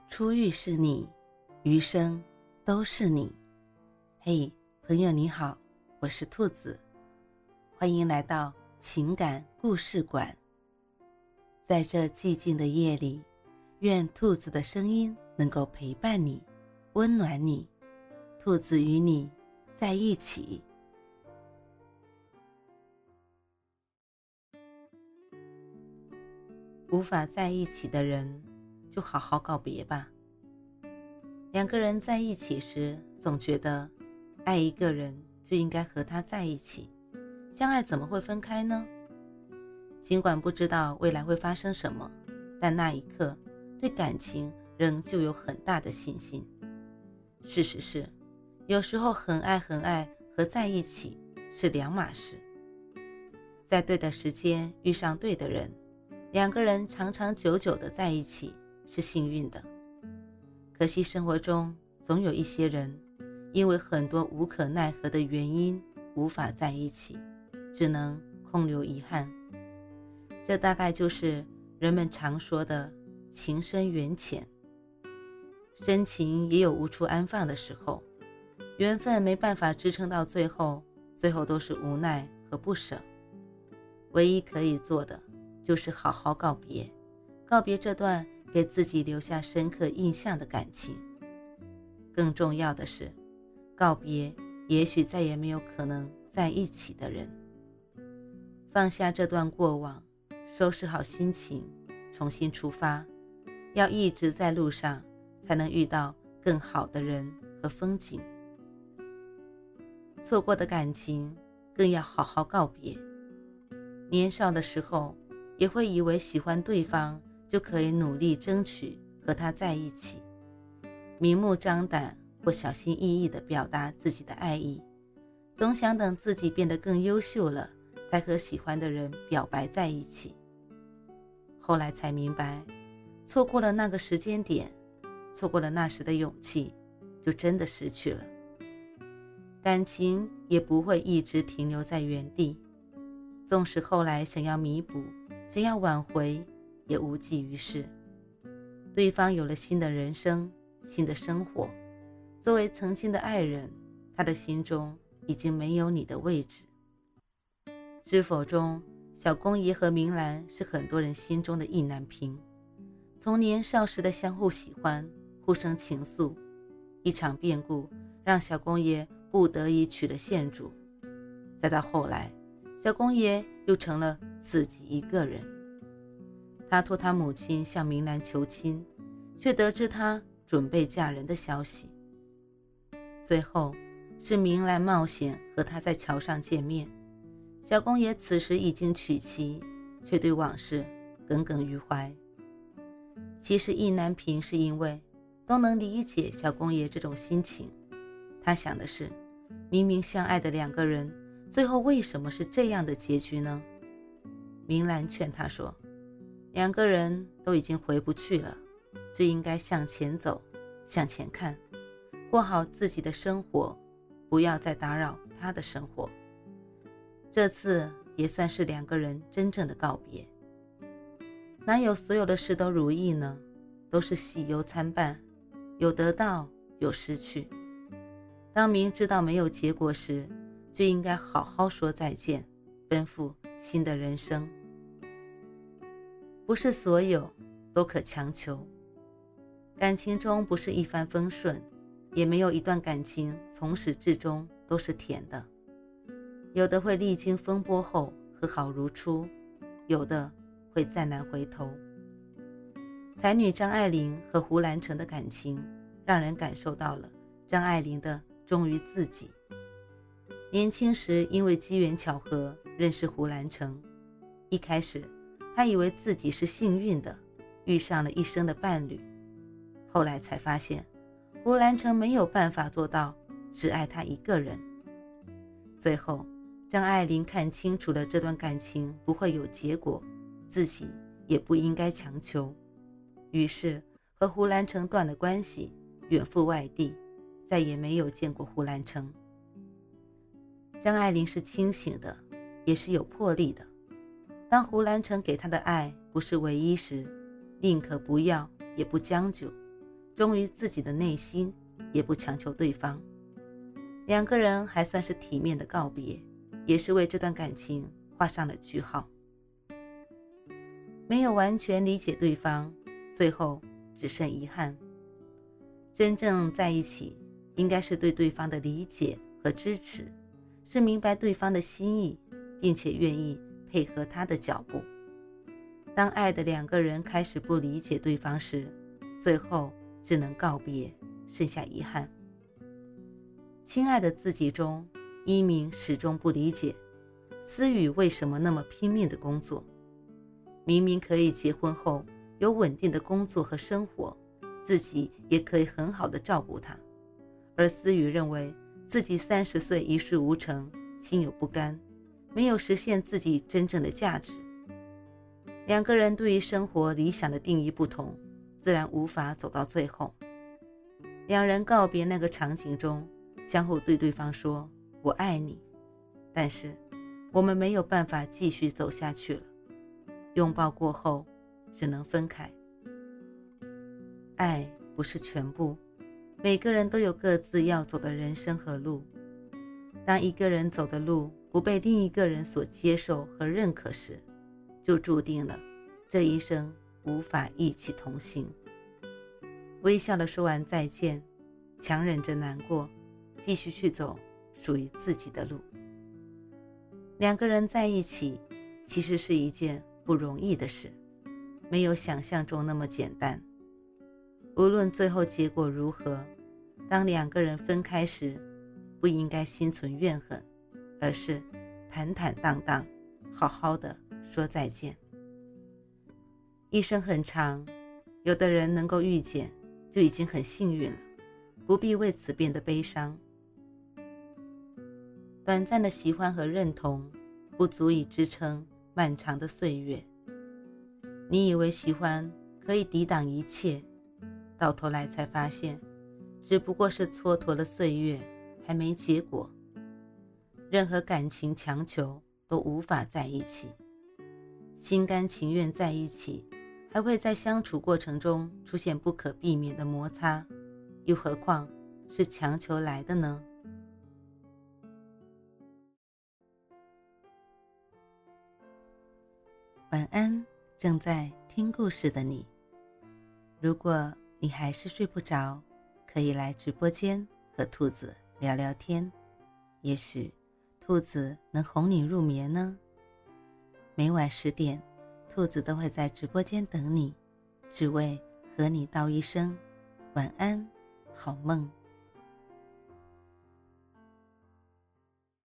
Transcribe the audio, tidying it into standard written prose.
初遇是你，余生都是你。嘿，朋友你好，我是兔子，欢迎来到情感故事馆。在这寂静的夜里，愿兔子的声音能够陪伴你，温暖你。兔子与你在一起。无法在一起的人，就好好告别吧。两个人在一起时，总觉得爱一个人就应该和他在一起，相爱怎么会分开呢？尽管不知道未来会发生什么，但那一刻对感情仍旧有很大的信心。事实是，有时候很爱很爱和在一起是两码事。在对的时间遇上对的人，两个人长长久久的在一起是幸运的。可惜生活中总有一些人，因为很多无可奈何的原因无法在一起，只能空留遗憾。这大概就是人们常说的情深缘浅。深情也有无处安放的时候，缘分没办法支撑到最后都是无奈和不舍。唯一可以做的就是好好告别，告别这段给自己留下深刻印象的感情。更重要的是，告别也许再也没有可能在一起的人。放下这段过往，收拾好心情，重新出发。要一直在路上，才能遇到更好的人和风景。错过的感情更要好好告别。年少的时候，也会以为喜欢对方就可以努力争取和他在一起，明目张胆或小心翼翼地表达自己的爱意，总想等自己变得更优秀了，才和喜欢的人表白在一起。后来才明白，错过了那个时间点，错过了那时的勇气，就真的失去了。感情也不会一直停留在原地，纵使后来想要弥补，想要挽回，也无济于事。对方有了新的人生，新的生活，作为曾经的爱人，他的心中已经没有你的位置。知否中，小公爷和明兰是很多人心中的意难平。从年少时的相互喜欢，互生情愫，一场变故让小公爷不得已娶了县主，再到后来，小公爷又成了自己一个人。他托他母亲向明兰求亲，却得知他准备嫁人的消息。最后是明兰冒险和他在桥上见面，小公爷此时已经娶妻，却对往事耿耿于怀。其实意难平是因为都能理解小公爷这种心情。他想的是，明明相爱的两个人，最后为什么是这样的结局呢？明兰劝他说，两个人都已经回不去了，就应该向前走，向前看，过好自己的生活，不要再打扰他的生活。这次也算是两个人真正的告别。哪有所有的事都如意呢？都是喜忧参半，有得到，有失去。当明知道没有结果时，就应该好好说再见，奔赴新的人生。不是所有都可强求，感情中不是一帆风顺，也没有一段感情从始至终都是甜的。有的会历经风波后和好如初，有的会再难回头。才女张爱玲和胡兰成的感情，让人感受到了张爱玲的忠于自己。年轻时因为机缘巧合认识胡兰成，一开始他以为自己是幸运的，遇上了一生的伴侣。后来才发现，胡兰成没有办法做到只爱他一个人。最后张爱玲看清楚了这段感情不会有结果，自己也不应该强求，于是和胡兰成断了关系，远赴外地，再也没有见过胡兰成。张爱玲是清醒的，也是有魄力的。当胡兰成给她的爱不是唯一时，宁可不要也不将就， 忠于自己的内心，也不强求对方。两个人还算是体面的告别，也是为这段感情画上了句号。没有完全理解对方，最后只剩遗憾。真正在一起，应该是对对方的理解和支持，是明白对方的心意，并且愿意配合他的脚步。当爱的两个人开始不理解对方时，最后只能告别，剩下遗憾。亲爱的自己中，一鸣始终不理解思雨为什么那么拼命的工作。明明可以结婚后有稳定的工作和生活，自己也可以很好的照顾他，而思雨认为自己30岁一事无成，心有不甘，没有实现自己真正的价值。两个人对于生活理想的定义不同，自然无法走到最后。两人告别那个场景中，相互对对方说我爱你，但是我们没有办法继续走下去了。拥抱过后只能分开。爱不是全部，每个人都有各自要走的人生和路。当一个人走的路不被另一个人所接受和认可时，就注定了这一生无法一起同行。微笑地说完再见，强忍着难过，继续去走属于自己的路。两个人在一起，其实是一件不容易的事，没有想象中那么简单。无论最后结果如何，当两个人分开时，不应该心存怨恨，而是坦坦荡荡，好好的说再见。一生很长，有的人能够遇见就已经很幸运了，不必为此变得悲伤。短暂的喜欢和认同不足以支撑漫长的岁月。你以为喜欢可以抵挡一切，到头来才发现只不过是蹉跎了岁月，还没结果。任何感情强求都无法在一起，心甘情愿在一起，还会在相处过程中出现不可避免的摩擦，又何况是强求来的呢？晚安，正在听故事的你。如果你还是睡不着，可以来直播间和兔子聊聊天，也许兔子能哄你入眠呢。每晚10点，兔子都会在直播间等你，只为和你道一声晚安，好梦。